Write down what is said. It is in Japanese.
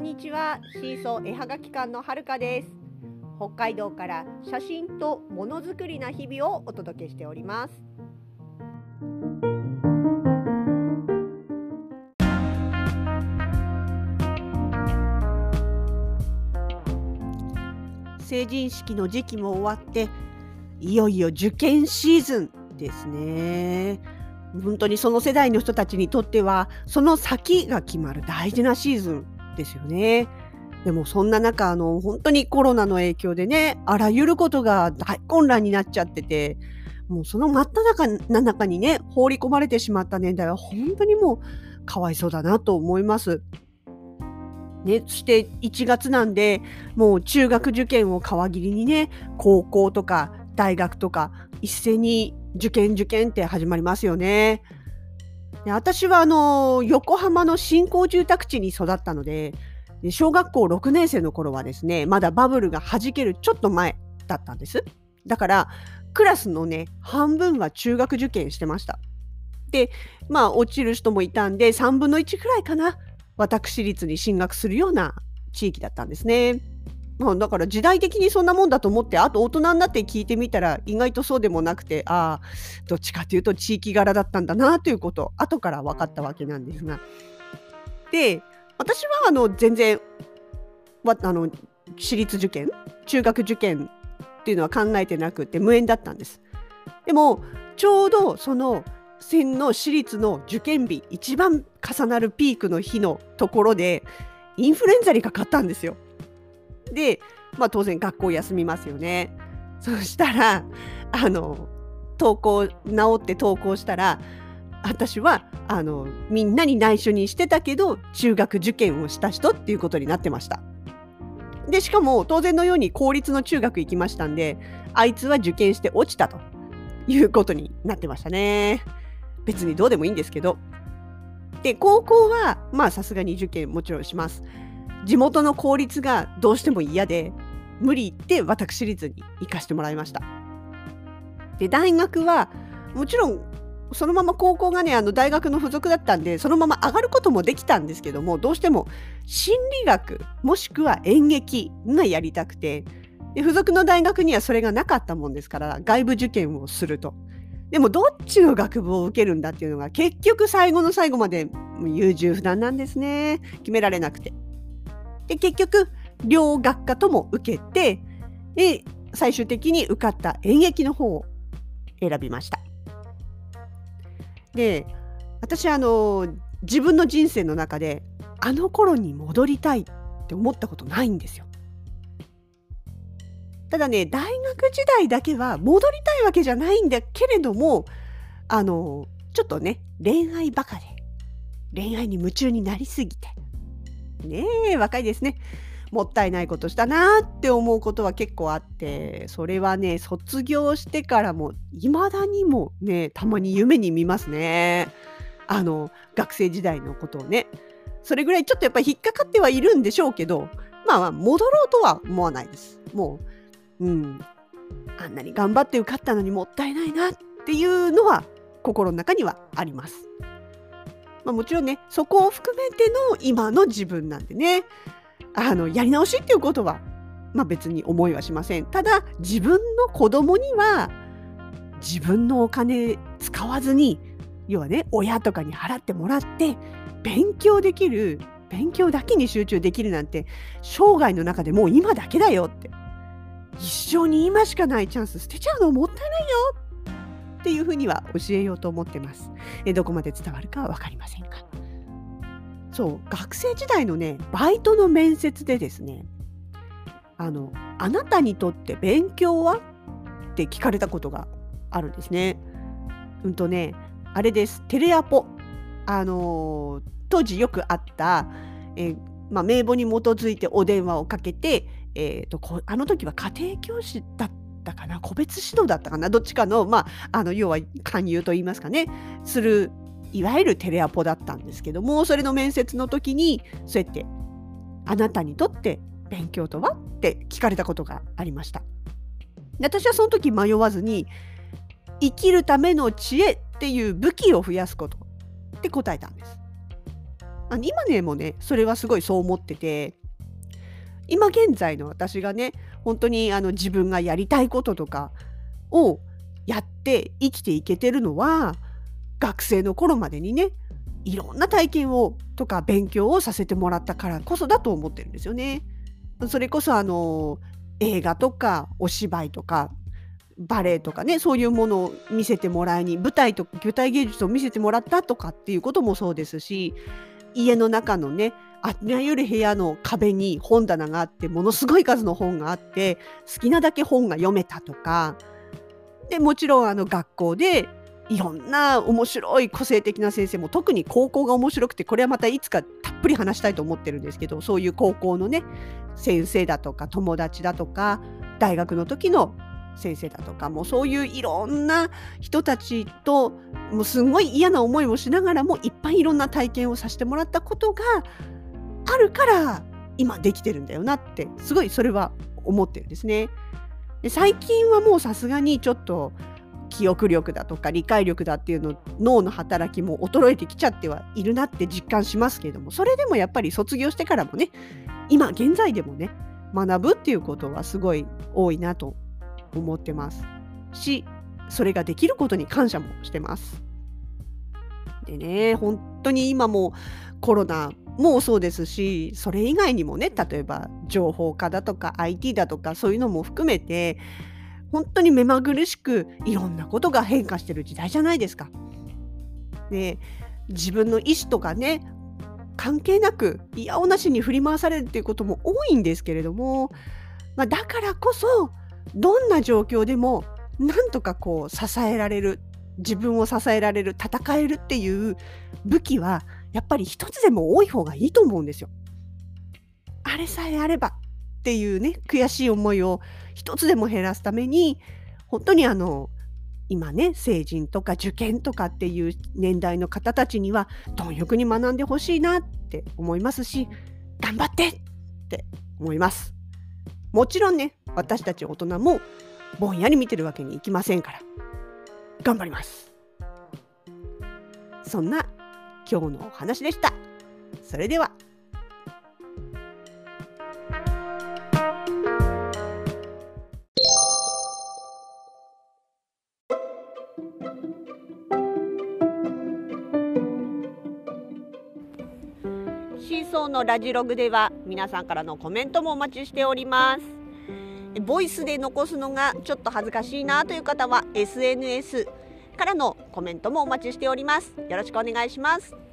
んにちは。シーソー絵はがき館のはるかです。北海道から写真とものづくりな日々をお届けしております。成人式の時期も終わって、いよいよ受験シーズンですね。本当にその世代の人たちにとっては、その先が決まる大事なシーズンですよね。でもそんな中、本当にコロナの影響でね、あらゆることが大混乱になっちゃってて、もうその真っ只中にね、放り込まれてしまった年代は本当にもうかわいそうだなと思います。ね、そして1月なんで、もう中学受験を皮切りにね、高校とか大学とか一斉に受験って始まりますよね。で、私は横浜の新興住宅地に育ったので、小学校6年生の頃はですね、まだバブルが弾けるちょっと前だったんです。だからクラスのね、半分は中学受験してました。で、落ちる人もいたんで、3分の1くらいかな、私立に進学するような地域だったんですね。だから時代的にそんなもんだと思って、あと大人になって聞いてみたら意外とそうでもなくて、どっちかというと地域柄だったんだなということを後から分かったわけなんですが。で、私は全然私立受験、中学受験っていうのは考えてなくて無縁だったんです。でもちょうどその戦の私立の受験日、一番重なるピークの日のところでインフルエンザにかかったんですよ。で、当然学校休みますよね。そしたら治って登校したら、私はみんなに内緒にしてたけど中学受験をした人っていうことになってました。で、しかも当然のように公立の中学行きましたんで、あいつは受験して落ちたということになってましたね。別にどうでもいいんですけど。で、高校はさすがに受験もちろんします。地元の公立がどうしても嫌で無理言って私立に行かしてもらいました。で、大学はもちろんそのまま高校がね、大学の付属だったんで、そのまま上がることもできたんですけども、どうしても心理学もしくは演劇がやりたくて、で、付属の大学にはそれがなかったもんですから、外部受験をすると。でもどっちの学部を受けるんだっていうのが結局最後の最後まで優柔不断なんですね。決められなくて。で、結局両学科とも受けて、で、最終的に受かった演劇の方を選びました。で、私自分の人生の中であの頃に戻りたいって思ったことないんですよ。ただね、大学時代だけは戻りたいわけじゃないんだけれども、ちょっとね、恋愛バカで、恋愛に夢中になりすぎて、ねえ、若いですね。もったいないことしたなって思うことは結構あって、それはね、卒業してからも未だにもね、たまに夢に見ますね。学生時代のことをね。それぐらいちょっとやっぱり引っかかってはいるんでしょうけど、戻ろうとは思わないです。もう、あんなに頑張って受かったのにもったいないなっていうのは心の中にはあります。もちろんね、そこを含めての今の自分なんでね、やり直しっていうことは、別に思いはしません。ただ、自分の子供には自分のお金使わずに、要はね、親とかに払ってもらって勉強できる、勉強だけに集中できるなんて生涯の中でもう今だけだよって、一生に今しかないチャンス捨てちゃうのもったいないよっていうふうには教えようと思ってます。どこまで伝わるかは分かりませんが、そう、学生時代のね、バイトの面接でですね、あなたにとって勉強はって聞かれたことがあるんですね。あれです。テレアポ。当時よくあった、名簿に基づいてお電話をかけて、あの時は家庭教師だったかな、個別指導だったかな、どっちかの、要は勧誘と言いますかね、する、いわゆるテレアポだったんですけども、それの面接の時に、そうやって、あなたにとって勉強とはって聞かれたことがありました。で、私はその時迷わずに、生きるための知恵っていう武器を増やすことって答えたんです。 今ねもね、それはすごいそう思ってて、今現在の私がね、本当に自分がやりたいこととかをやって生きていけてるのは、学生の頃までにね、いろんな体験をとか勉強をさせてもらったからこそだと思ってるんですよね。それこそ映画とかお芝居とかバレエとかね、そういうものを見せてもらいに、舞台芸術を見せてもらったとかっていうこともそうですし、家の中のね、あらゆる部屋の壁に本棚があって、ものすごい数の本があって、好きなだけ本が読めたとか、で、もちろん学校でいろんな面白い個性的な先生も、特に高校が面白くて、これはまたいつかたっぷり話したいと思ってるんですけど、そういう高校のね、先生だとか友達だとか、大学の時の先生だとか、もうそういういろんな人たちと、もうすごい嫌な思いをしながらもいっぱいいろんな体験をさせてもらったことがあるから今できてるんだよなって、すごいそれは思ってるんですね。で、最近はもうさすがにちょっと記憶力だとか理解力だっていうの、脳の働きも衰えてきちゃってはいるなって実感しますけれども、それでもやっぱり卒業してからもね、今現在でもね、学ぶっていうことはすごい多いなと思ってますし、それができることに感謝もしてます。でね、本当に今もコロナもそうですし、それ以外にもね、例えば情報化だとか IT だとか、そういうのも含めて、本当に目まぐるしくいろんなことが変化してる時代じゃないですか。で、自分の意思とかね、関係なくいやおなしに振り回されるっていうことも多いんですけれども、だからこそ、どんな状況でもなんとかこう支えられる、自分を支えられる、戦えるっていう武器はやっぱり一つでも多い方がいいと思うんですよ。あれさえあればっていうね、悔しい思いを一つでも減らすために、本当に今ね、成人とか受験とかっていう年代の方たちには貪欲に学んでほしいなって思いますし、頑張ってって思います。もちろんね、私たち大人もぼんやり見てるわけにいきませんから、頑張ります。そんな今日のお話でした。それでは。シーソーのラジログでは皆さんからのコメントもお待ちしております。ボイスで残すのがちょっと恥ずかしいなという方は SNS からのコメントもお待ちしております。よろしくお願いします。